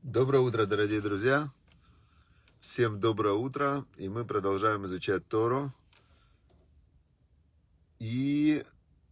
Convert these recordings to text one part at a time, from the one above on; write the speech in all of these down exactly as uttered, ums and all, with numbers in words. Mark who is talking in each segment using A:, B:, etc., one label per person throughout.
A: Доброе утро, дорогие друзья! Всем доброе утро! И мы продолжаем изучать Тору. И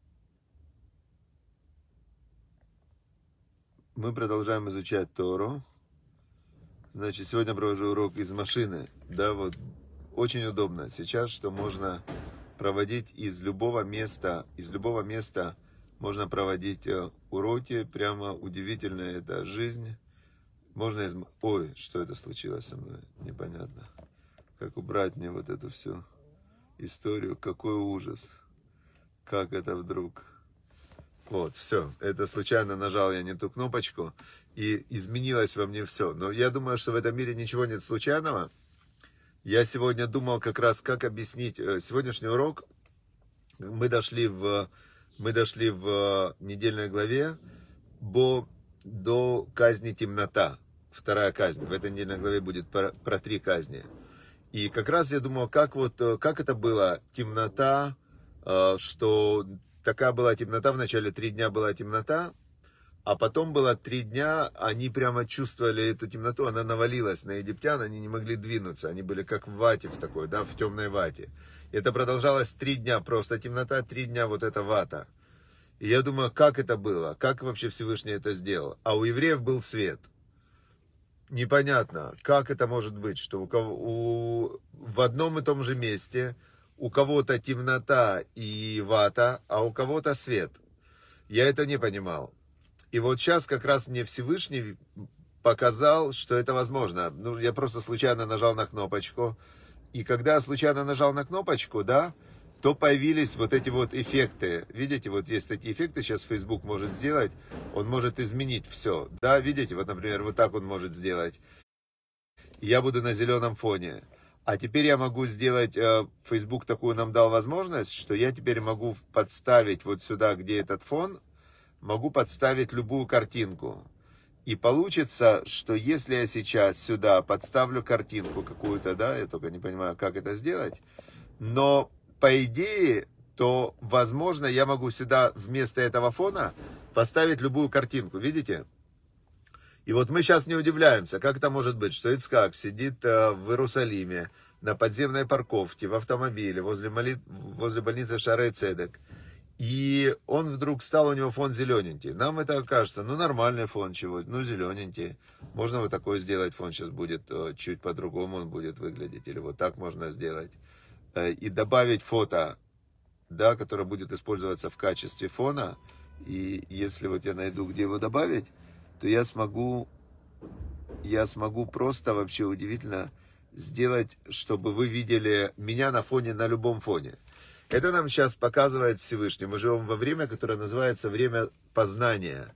A: мы продолжаем изучать Тору. Значит, сегодня провожу урок из машины. Да, вот очень удобно сейчас, что можно проводить из любого места, из любого места можно проводить уроки. Прямо удивительная эта жизнь. Можно из... Ой, что это случилось со мной? Непонятно. Как убрать мне вот эту всю историю? Какой ужас. Как это вдруг? Вот, все. Это случайно нажал я не ту кнопочку. И изменилось во мне все. Но я думаю, что в этом мире ничего нет случайного. Я сегодня думал как раз, как объяснить сегодняшний урок. Мы дошли в, мы дошли в недельной главе до... до казни темнота. Вторая казнь. В этой недельной главе будет про, про три казни. И как раз я думал, как, вот, как это было, темнота, что такая была темнота, вначале три дня была темнота, а потом было три дня, они прямо чувствовали эту темноту, она навалилась на египтян, они не могли двинуться, они были как в вате в такой, да, в темной вате. И это продолжалось три дня, просто темнота, три дня вот эта вата. И я думаю, как это было, как вообще Всевышний это сделал. А у евреев был свет. Непонятно, как это может быть, что у кого, у, в одном и том же месте у кого-то темнота и вата, а у кого-то свет. Я это не понимал. И вот сейчас как раз мне Всевышний показал, что это возможно. Ну, я просто случайно нажал на кнопочку. И когда я случайно нажал на кнопочку, да, то появились вот эти вот эффекты. Видите, вот есть такие эффекты, сейчас Facebook может сделать. Он может изменить все. Да, видите, вот, например, вот так он может сделать. Я буду на зеленом фоне. А теперь я могу сделать, Facebook такую нам дал возможность, что я теперь могу подставить вот сюда, где этот фон, могу подставить любую картинку. И получится, что если я сейчас сюда подставлю картинку какую-то, да, я только не понимаю, как это сделать, но по идее, то, возможно, я могу сюда вместо этого фона поставить любую картинку, видите? И вот мы сейчас не удивляемся, как это может быть, что Ицхак сидит в Иерусалиме на подземной парковке, в автомобиле, возле, молит... возле больницы Шаарей Цедек, и он вдруг стал, у него фон зелененький. Нам это кажется, ну нормальный фон чего, ну зелененький. Можно вот такой сделать, фон сейчас будет чуть по-другому он будет выглядеть, или вот так можно сделать. И добавить фото, да, которое будет использоваться в качестве фона. И если вот я найду, где его добавить, то я смогу, я смогу просто вообще удивительно сделать, чтобы вы видели меня на фоне, на любом фоне. Это нам сейчас показывает Всевышний. Мы живем во время, которое называется время познания.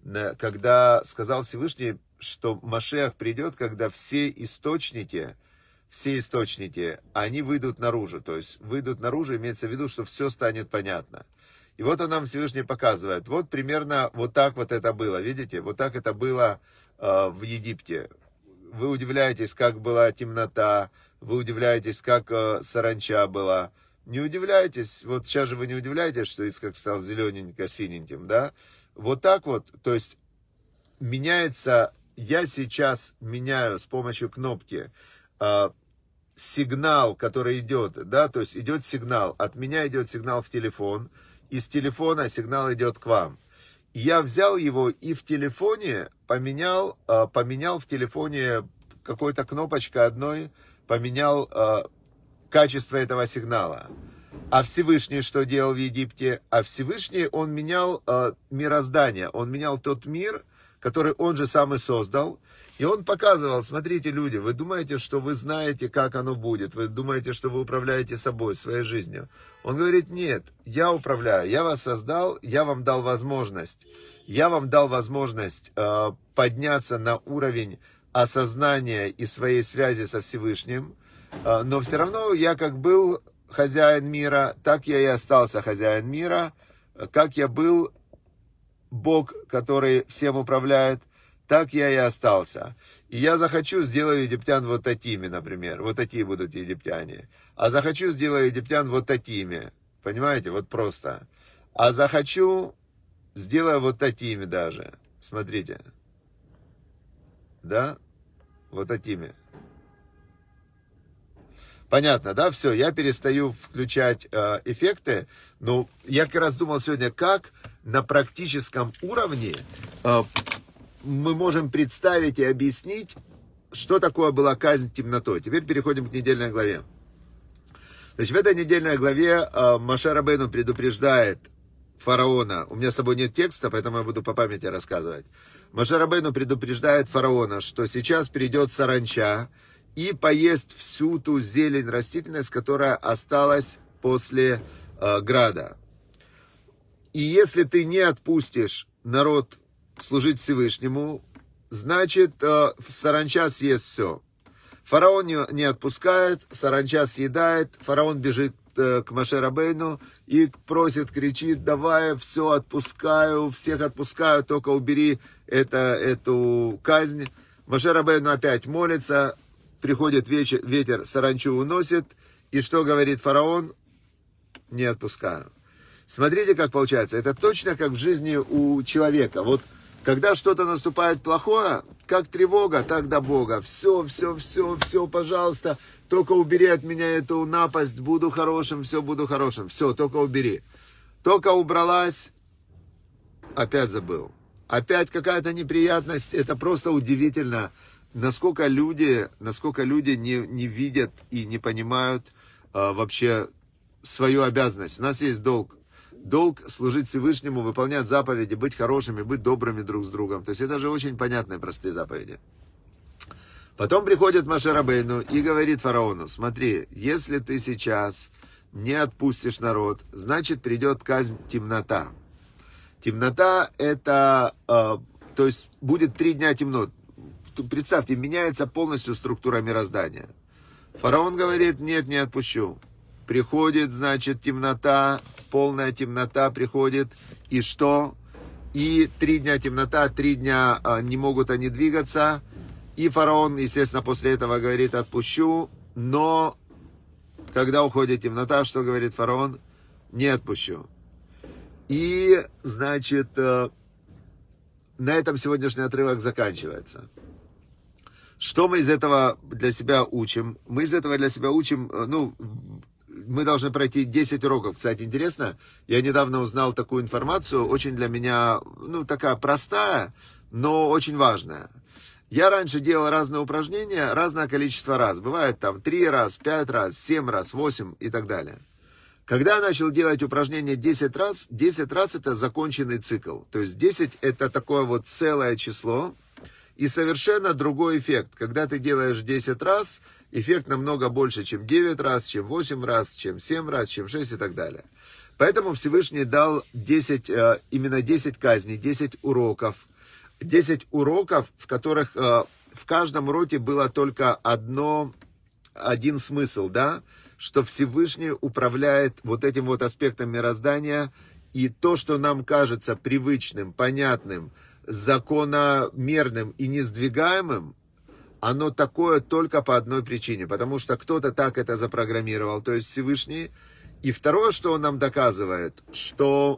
A: Когда сказал Всевышний, что Машиах придет, когда все источники... Все источники, они выйдут наружу. То есть выйдут наружу, имеется в виду, что все станет понятно. И вот он нам Всевышний показывает. Вот примерно вот так вот это было. Видите? Вот так это было э, в Египте. Вы удивляетесь, как была темнота. Вы удивляетесь, как э, саранча была. Не удивляйтесь. Вот сейчас же вы не удивляетесь, что Ицхак стал зелененько-синеньким, да? Вот так вот. То есть меняется... Я сейчас меняю с помощью кнопки... Э, сигнал, который идет, да, то есть идет сигнал, от меня идет сигнал в телефон, из телефона сигнал идет к вам. И я взял его и в телефоне поменял, поменял в телефоне какой-то кнопочкой одной, поменял качество этого сигнала. А Всевышний что делал в Египте? А Всевышний, он менял мироздание, он менял тот мир, который он же сам и создал. И он показывал, смотрите, люди, вы думаете, что вы знаете, как оно будет, вы думаете, что вы управляете собой, своей жизнью. Он говорит, нет, я управляю, я вас создал, я вам дал возможность, я вам дал возможность э, подняться на уровень осознания и своей связи со Всевышним, э, но все равно я как был хозяин мира, так я и остался хозяин мира, как я был Бог, который всем управляет, так я и остался. И я захочу, сделаю египтян вот такими, например. Вот такие будут египтяне. А захочу, сделаю египтян вот такими. Понимаете? Вот просто. А захочу, сделаю вот такими даже. Смотрите. да, вот такими. Понятно, да, все, я перестаю включать э, эффекты, но я как раз думал сегодня, как на практическом уровне э, мы можем представить и объяснить, что такое была казнь темнотой. Теперь переходим к недельной главе. Значит, в этой недельной главе э, Моше Рабейну предупреждает фараона. У меня с собой нет текста, поэтому я буду по памяти рассказывать. Моше Рабейну предупреждает фараона, что сейчас придет саранча и поест всю ту зелень, растительность, которая осталась после э, града. И если ты не отпустишь народ служить Всевышнему, значит, э, саранча съест все. Фараон не, не отпускает, саранча съедает, фараон бежит э, к Моше Рабейну и просит, кричит: давай, все отпускаю, всех отпускаю, только убери это, эту казнь. Моше Рабейну опять молится, приходит вечер, ветер, саранчу уносит, и что говорит фараон? Не отпускаю. Смотрите, как получается. Это точно как в жизни у человека. Вот когда что-то наступает плохое, как тревога, так до Бога. Все, все, все, все, пожалуйста, только убери от меня эту напасть, буду хорошим, все, буду хорошим. Все, только убери. Только убралась, опять забыл. Опять какая-то неприятность. Это просто удивительно, насколько люди, насколько люди не, не видят и не понимают а, вообще свою обязанность. У нас есть долг. Долг служить Всевышнему, выполнять заповеди, быть хорошими, быть добрыми друг с другом. То есть это же очень понятные, простые заповеди. Потом приходит Моше Рабейну и говорит фараону: смотри, если ты сейчас не отпустишь народ, значит придет казнь темнота. Темнота это, э, то есть будет три дня темно. Представьте, меняется полностью структура мироздания. Фараон говорит: нет, не отпущу. Приходит, значит, темнота, полная темнота приходит, и что? И три дня темнота, три дня а, не могут они двигаться, и фараон, естественно, после этого говорит: отпущу, но когда уходит темнота, что говорит фараон? Не отпущу. И, значит, а, на этом сегодняшний отрывок заканчивается. Что мы из этого для себя учим? Мы из этого для себя учим, ну, мы должны пройти десять уроков. Кстати, интересно, я недавно узнал такую информацию, очень для меня, ну, такая простая, но очень важная. Я раньше делал разные упражнения, разное количество раз. Бывает там три раз, пять раз, семь раз, восемь и так далее. Когда я начал делать упражнения десять раз, десять раз это законченный цикл. То есть десять это такое вот целое число. И совершенно другой эффект. Когда ты делаешь десять раз, эффект намного больше, чем девять раз, чем восемь раз, чем семь раз, чем шесть и так далее. Поэтому Всевышний дал десять, именно десять казней, десять уроков. десять уроков, в которых в каждом уроке было только одно, один смысл, да? Что Всевышний управляет вот этим вот аспектом мироздания. И то, что нам кажется привычным, понятным, закономерным и несдвигаемым, оно такое только по одной причине, потому что кто-то так это запрограммировал, то есть Всевышний. И второе, что он нам доказывает, что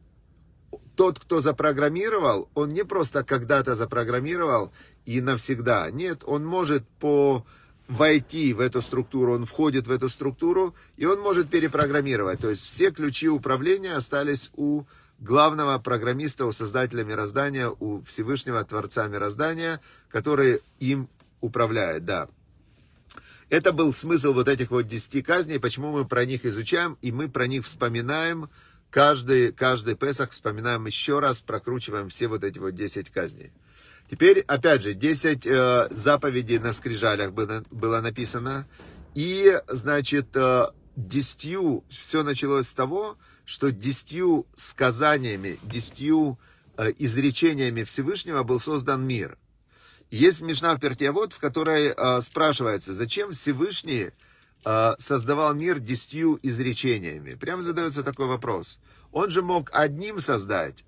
A: тот, кто запрограммировал, он не просто когда-то запрограммировал и навсегда. Нет, он может по войти в эту структуру, он входит в эту структуру, и он может перепрограммировать. То есть все ключи управления остались у главного программиста, у создателя мироздания, у Всевышнего Творца мироздания, который им управляет, да. Это был смысл вот этих вот десяти казней, почему мы про них изучаем, и мы про них вспоминаем, каждый, каждый Песах вспоминаем еще раз, прокручиваем все вот эти вот десять казней. Теперь, опять же, десять э, заповедей на скрижалях было, было написано, и, значит, э, десятью, все началось с того, что десятью сказаниями, десятью э, изречениями Всевышнего был создан мир. Есть Мишна в Перкей Авот, в которой э, спрашивается, зачем Всевышний э, создавал мир десятью изречениями. Прямо задается такой вопрос. Он же мог одним создать.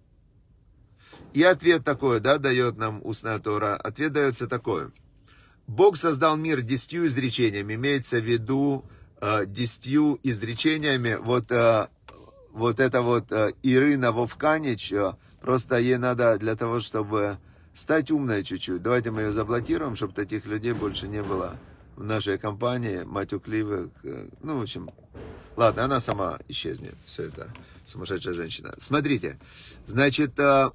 A: И ответ такой, да, дает нам устная Тора. Ответ дается такой. Бог создал мир десятью изречениями, имеется в виду э, десятью изречениями. Вот, э, вот это вот э, Ирина Вовканич, э, просто ей надо для того, чтобы стать умной чуть-чуть. Давайте мы ее заблокируем, чтобы таких людей больше не было в нашей компании, матюкливых. Ну, в общем, ладно, она сама исчезнет. Все это сумасшедшая женщина. Смотрите, значит,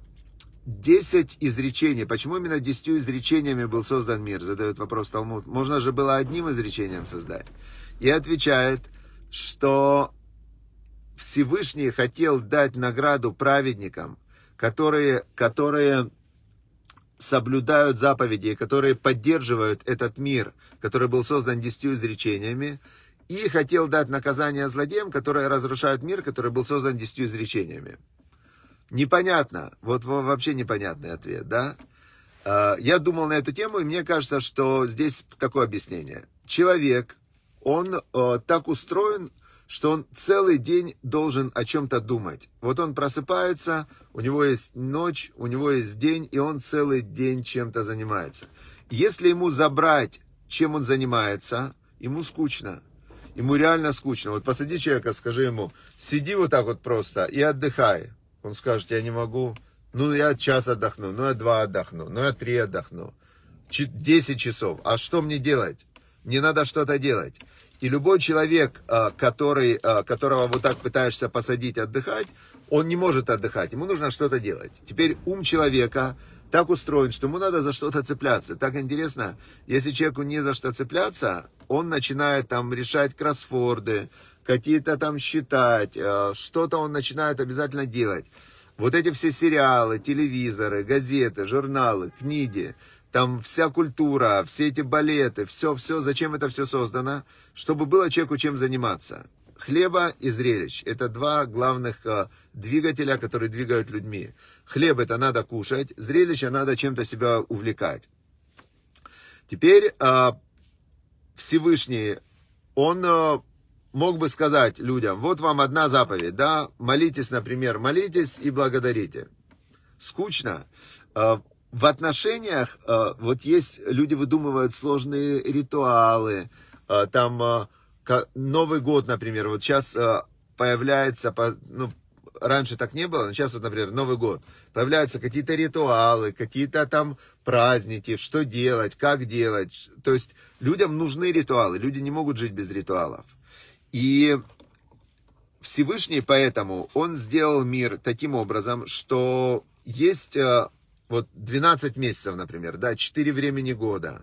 A: десять изречений. Почему именно десятью изречениями был создан мир? Задает вопрос Талмуд. Можно же было одним изречением создать. И отвечает, что Всевышний хотел дать награду праведникам, которые, которые соблюдают заповеди, которые поддерживают этот мир, который был создан десятью изречениями, и хотел дать наказание злодеям, которые разрушают мир, который был создан десятью изречениями. Непонятно, вот вообще непонятный ответ, да? Я думал на эту тему, и мне кажется, что здесь такое объяснение. Человек, он так устроен, что он целый день должен о чем-то думать. Вот он просыпается, у него есть ночь, у него есть день, и он целый день чем-то занимается. Если ему забрать, чем он занимается, ему скучно. Ему реально скучно. Вот посади человека, скажи ему, сиди вот так вот просто и отдыхай. Он скажет, я не могу. Ну, я час отдохну, ну, я два отдохну, ну, я три отдохну. Десять часов. А что мне делать? Мне надо что-то делать. И любой человек, который, которого вот так пытаешься посадить отдыхать, он не может отдыхать, ему нужно что-то делать. Теперь ум человека так устроен, что ему надо за что-то цепляться. Так интересно, если человеку не за что цепляться, он начинает там решать кроссворды, какие-то там считать, что-то он начинает обязательно делать. Вот эти все сериалы, телевизоры, газеты, журналы, книги, там вся культура, все эти балеты, все-все, зачем это все создано? Чтобы было человеку чем заниматься. Хлеба и зрелищ. Это два главных э, двигателя, которые двигают людьми. Хлеб это надо кушать, зрелище надо чем-то себя увлекать. Теперь э, Всевышний, он э, мог бы сказать людям, вот вам одна заповедь, да, молитесь, например, молитесь и благодарите. Скучно. Э, В отношениях, вот есть, люди выдумывают сложные ритуалы, там Новый год, например, вот сейчас появляется, ну, раньше так не было, но сейчас вот, например, Новый год, появляются какие-то ритуалы, какие-то там праздники, что делать, как делать, то есть людям нужны ритуалы, люди не могут жить без ритуалов. И Всевышний поэтому, он сделал мир таким образом, что есть... Вот двенадцать месяцев, например, да, четыре времени года.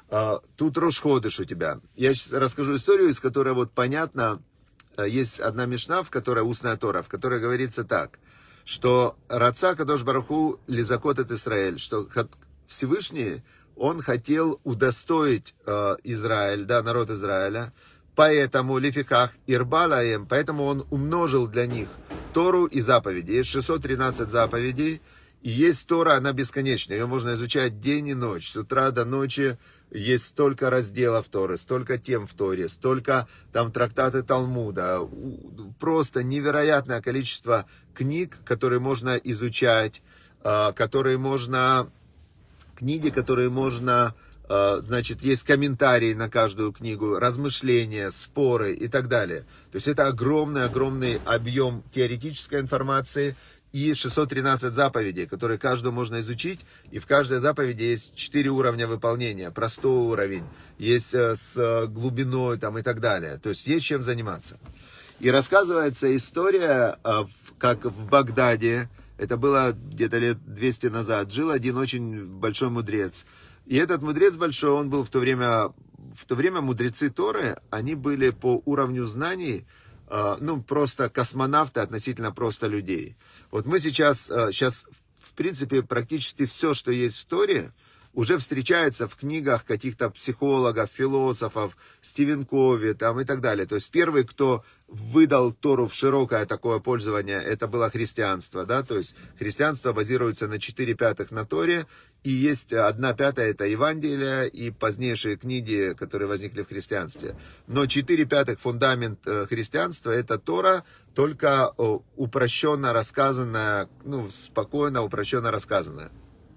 A: Тут Рош Ходыш у тебя. Я сейчас расскажу историю, из которой вот понятно, есть одна мишна, в которой устная Тора, в которой говорится так, что Раца Кадош Барух Ху лизакот эт Исраэль, что Всевышний, он хотел удостоить Израиль, да, народ Израиля, поэтому лифихах ирбалаем, поэтому он умножил для них Тору и заповеди. Есть шестьсот тринадцать заповедей, и есть Тора, она бесконечная, ее можно изучать день и ночь, с утра до ночи есть столько разделов Торы, столько тем в Торе, столько там трактаты Талмуда, просто невероятное количество книг, которые можно изучать, которые можно, книги, которые можно, значит, есть комментарии на каждую книгу, размышления, споры и так далее. То есть это огромный-огромный объем теоретической информации, и шестьсот тринадцать заповедей, которые каждую можно изучить, и в каждой заповеди есть четыре уровня выполнения, простой уровень, есть с глубиной там, и так далее, то есть есть чем заниматься. И рассказывается история, как в Багдаде, это было где-то лет двести назад, жил один очень большой мудрец, и этот мудрец большой, он был в то время, в то время мудрецы Торы, они были по уровню знаний, ну, просто космонавты относительно просто людей. Вот мы сейчас, сейчас, в принципе, практически все, что есть в Торе, уже встречается в книгах каких-то психологов, философов, Стивен Кови там, и так далее. То есть первый, кто выдал Тору в широкое такое пользование, это было христианство. Да? То есть христианство базируется на четыре пятых на Торе, и есть одна пятая это Евангелие и позднейшие книги, которые возникли в христианстве. Но четыре пятых фундамент христианства это Тора, только упрощенно рассказанная, ну, спокойно, упрощенно рассказанная.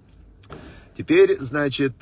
A: Теперь, значит,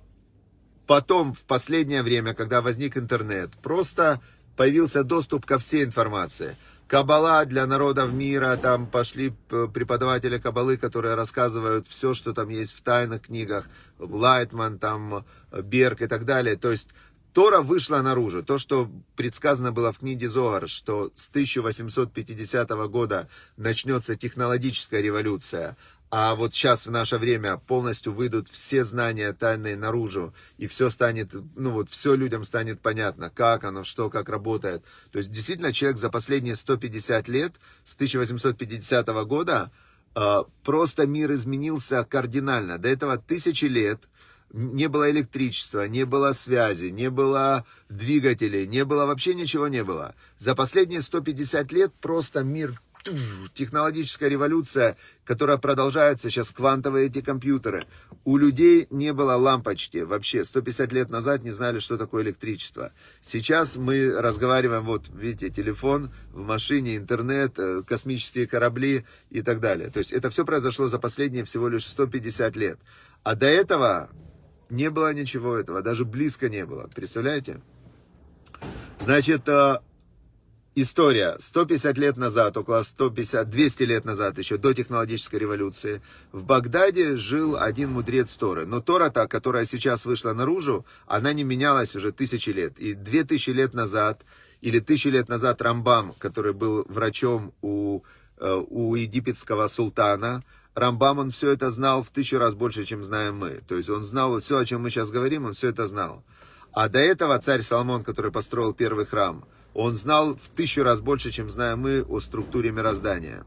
A: потом, в последнее время, когда возник интернет, просто появился доступ ко всей информации. Каббала для народов мира, там пошли преподаватели каббалы, которые рассказывают все, что там есть в тайных книгах, Лайтман, там, Берг и так далее. То есть Тора вышла наружу. То, что предсказано было в книге Зоар, что с тысяча восемьсот пятидесятого года начнется технологическая революция, а вот сейчас в наше время полностью выйдут все знания тайные наружу, и все станет, ну вот все людям станет понятно, как оно, что, как работает. То есть действительно человек за последние сто пятьдесят лет, с тысяча восемьсот пятидесятого года, просто мир изменился кардинально. До этого тысячи лет не было электричества, не было связи, не было двигателей, не было, вообще ничего не было. За последние сто пятьдесят лет просто мир, технологическая революция, которая продолжается сейчас, квантовые эти компьютеры. У людей не было лампочки вообще. сто пятьдесят лет назад не знали, что такое электричество. Сейчас мы разговариваем, вот видите, телефон в машине, интернет, космические корабли и так далее. То есть это все произошло за последние всего лишь сто пятьдесят лет. А до этого не было ничего этого, даже близко не было. Представляете? Значит, история. сто пятьдесят лет назад, около сто пятьдесят, двести лет назад, еще до технологической революции, в Багдаде жил один мудрец Торы. Но Тора, та, которая сейчас вышла наружу, она не менялась уже тысячи лет. И две тысячи лет назад, или тысячи лет назад Рамбам, который был врачом у, у египетского султана, Рамбам, он все это знал в тысячу раз больше, чем знаем мы. То есть он знал все, о чем мы сейчас говорим, он все это знал. А до этого царь Соломон, который построил первый храм, он знал в тысячу раз больше, чем знаем мы о структуре мироздания.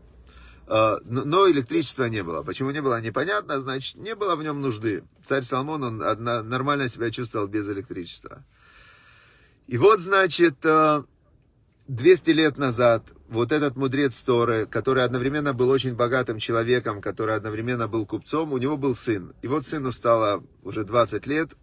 A: Но электричества не было. Почему не было, непонятно, значит, не было в нем нужды. Царь Соломон, он нормально себя чувствовал без электричества. И вот, значит, двести лет назад вот этот мудрец Торы, который одновременно был очень богатым человеком, который одновременно был купцом, у него был сын. И вот сыну стало уже двадцать лет.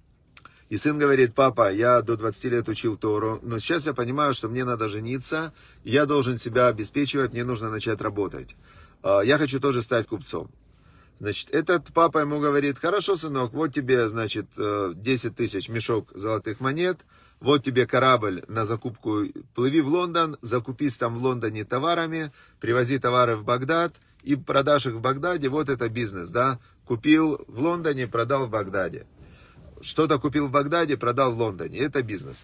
A: И сын говорит: папа, я до двадцати лет учил Тору, но сейчас я понимаю, что мне надо жениться, я должен себя обеспечивать, мне нужно начать работать. Я хочу тоже стать купцом. Значит, этот папа ему говорит: хорошо, сынок, вот тебе, значит, десять тысяч мешок золотых монет, вот тебе корабль на закупку, плыви в Лондон, закупись там в Лондоне товарами, привози товары в Багдад и продашь их в Багдаде, вот это бизнес, да, купил в Лондоне, продал в Багдаде. Что-то купил в Багдаде, продал в Лондоне, это бизнес.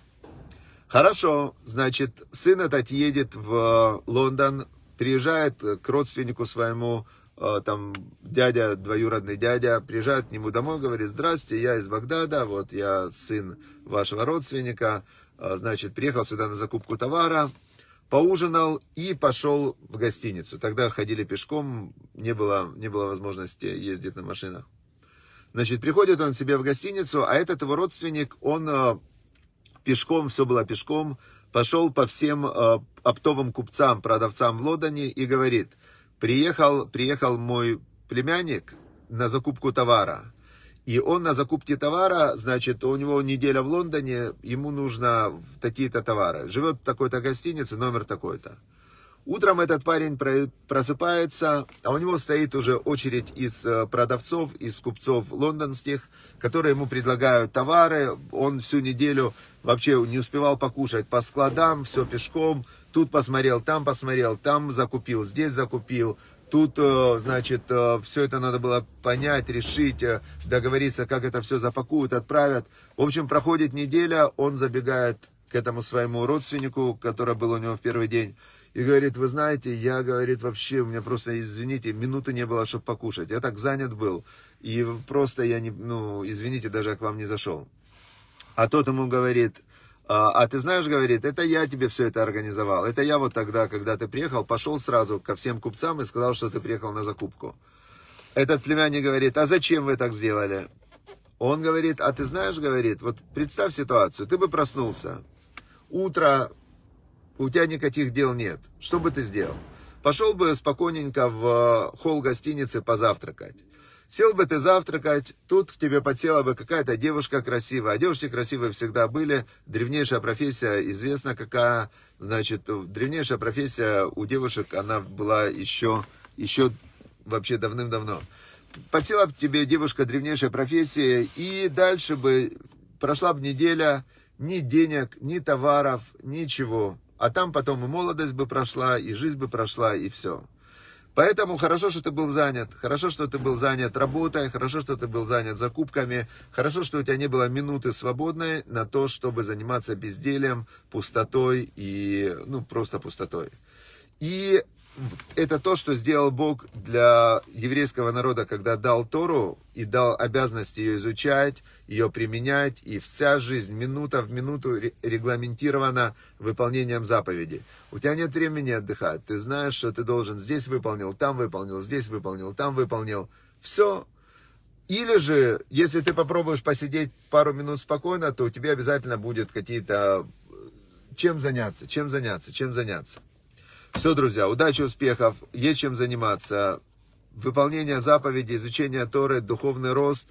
A: Хорошо, значит, сын этот едет в Лондон, приезжает к родственнику своему, там дядя, двоюродный дядя, приезжает к нему домой, говорит: здрасте, я из Багдада, вот я сын вашего родственника, значит, приехал сюда на закупку товара, поужинал и пошел в гостиницу. Тогда ходили пешком, не было, не было возможности ездить на машинах. Значит, приходит он себе в гостиницу, а этот его родственник, он пешком, все было пешком, пошел по всем оптовым купцам, продавцам в Лондоне и говорит: Приехал, приехал мой племянник на закупку товара. И он на закупке товара, значит, у него неделя в Лондоне, ему нужно такие-то товары. Живет в такой-то гостинице, номер такой-то. Утром этот парень просыпается, а у него стоит уже очередь из продавцов, из купцов лондонских, которые ему предлагают товары. Он всю неделю вообще не успевал покушать по складам, все пешком. Тут посмотрел, там посмотрел, там закупил, здесь закупил. Тут, значит, все это надо было понять, решить, договориться, как это все запакуют, отправят. В общем, проходит неделя, он забегает к этому своему родственнику, который был у него в первый день, и говорит: вы знаете, я, говорит, вообще, у меня просто, извините, минуты не было, чтобы покушать. Я так занят был, и просто я не, ну, извините, даже я к вам не зашел. А тот ему говорит: а ты знаешь, говорит, это я тебе все это организовал. Это я вот тогда, когда ты приехал, пошел сразу ко всем купцам и сказал, что ты приехал на закупку. Этот племянник говорит: а зачем вы так сделали? Он говорит: а ты знаешь, говорит, вот представь ситуацию, ты бы проснулся, утро, у тебя никаких дел нет. Что бы ты сделал? Пошел бы спокойненько в холл гостиницы позавтракать. Сел бы ты завтракать, тут к тебе подсела бы какая-то девушка красивая. А девушки красивые всегда были. Древнейшая профессия, известна какая. Значит, древнейшая профессия у девушек, она была еще, еще вообще давным-давно. Подсела бы тебе девушка древнейшей профессии, и дальше бы прошла бы неделя, ни денег, ни товаров, ничего. А там потом и молодость бы прошла, и жизнь бы прошла, и все. Поэтому хорошо, что ты был занят, хорошо, что ты был занят работой, хорошо, что ты был занят закупками, хорошо, что у тебя не было минуты свободной на то, чтобы заниматься бездельем, пустотой и, ну, просто пустотой. И это то, что сделал Бог для еврейского народа, когда дал Тору и дал обязанность ее изучать, ее применять, и вся жизнь минута в минуту регламентирована выполнением заповедей. У тебя нет времени отдыхать, ты знаешь, что ты должен здесь выполнил, там выполнил, здесь выполнил, там выполнил, все. Или же, если ты попробуешь посидеть пару минут спокойно, то у тебя обязательно будет какие-то, чем заняться, чем заняться, чем заняться. Все, друзья, удачи, успехов, есть чем заниматься, выполнение заповедей, изучение Торы, духовный рост,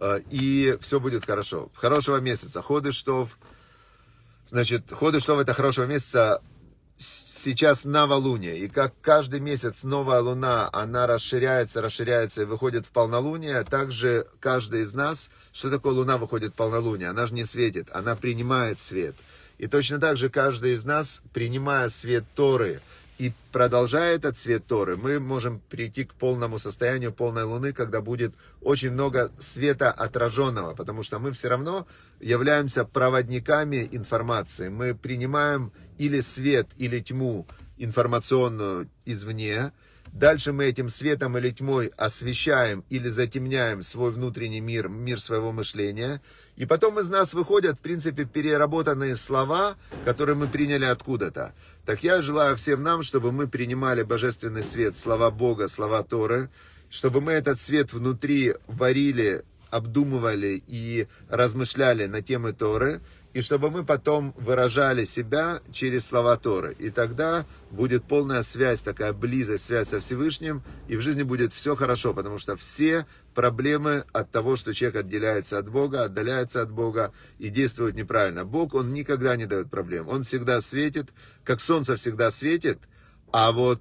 A: и все будет хорошо. Хорошего месяца, Ходеш Тов, значит, Ходеш Тов это хорошего месяца, сейчас новолуние, и как каждый месяц новая луна, она расширяется, расширяется и выходит в полнолуние, также каждый из нас, что такое луна выходит в полнолуние, она же не светит, она принимает свет. И точно так же каждый из нас, принимая свет Торы, и продолжая этот свет Торы, мы можем прийти к полному состоянию полной луны, когда будет очень много света отраженного, потому что мы все равно являемся проводниками информации. Мы принимаем или свет, или тьму информационную извне. Дальше мы этим светом или тьмой освещаем или затемняем свой внутренний мир, мир своего мышления. И потом из нас выходят, в принципе, переработанные слова, которые мы приняли откуда-то. Так я желаю всем нам, чтобы мы принимали божественный свет, слова Бога, слова Торы, чтобы мы этот свет внутри варили, обдумывали и размышляли на темы Торы, и чтобы мы потом выражали себя через слова Торы. И тогда будет полная связь, такая близость, связь со Всевышним, и в жизни будет все хорошо, потому что все проблемы от того, что человек отделяется от Бога, отдаляется от Бога и действует неправильно. Бог, Он никогда не дает проблем. Он всегда светит, как солнце всегда светит, а вот...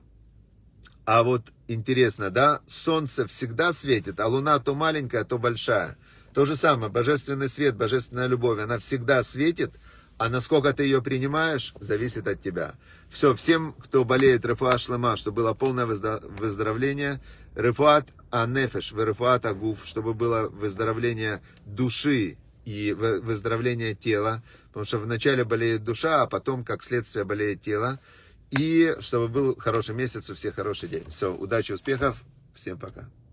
A: А вот интересно, да, солнце всегда светит, а луна то маленькая, то большая. То же самое, божественный свет, божественная любовь, она всегда светит, а насколько ты ее принимаешь, зависит от тебя. Все, всем, кто болеет рефуа шлема, чтобы было полное выздоровление, рефуат анефеш, рефуат агуф, чтобы было выздоровление души и выздоровление тела, потому что вначале болеет душа, а потом, как следствие, болеет тело. И чтобы был хороший месяц, у всех хороший день. Все, удачи, успехов, всем пока.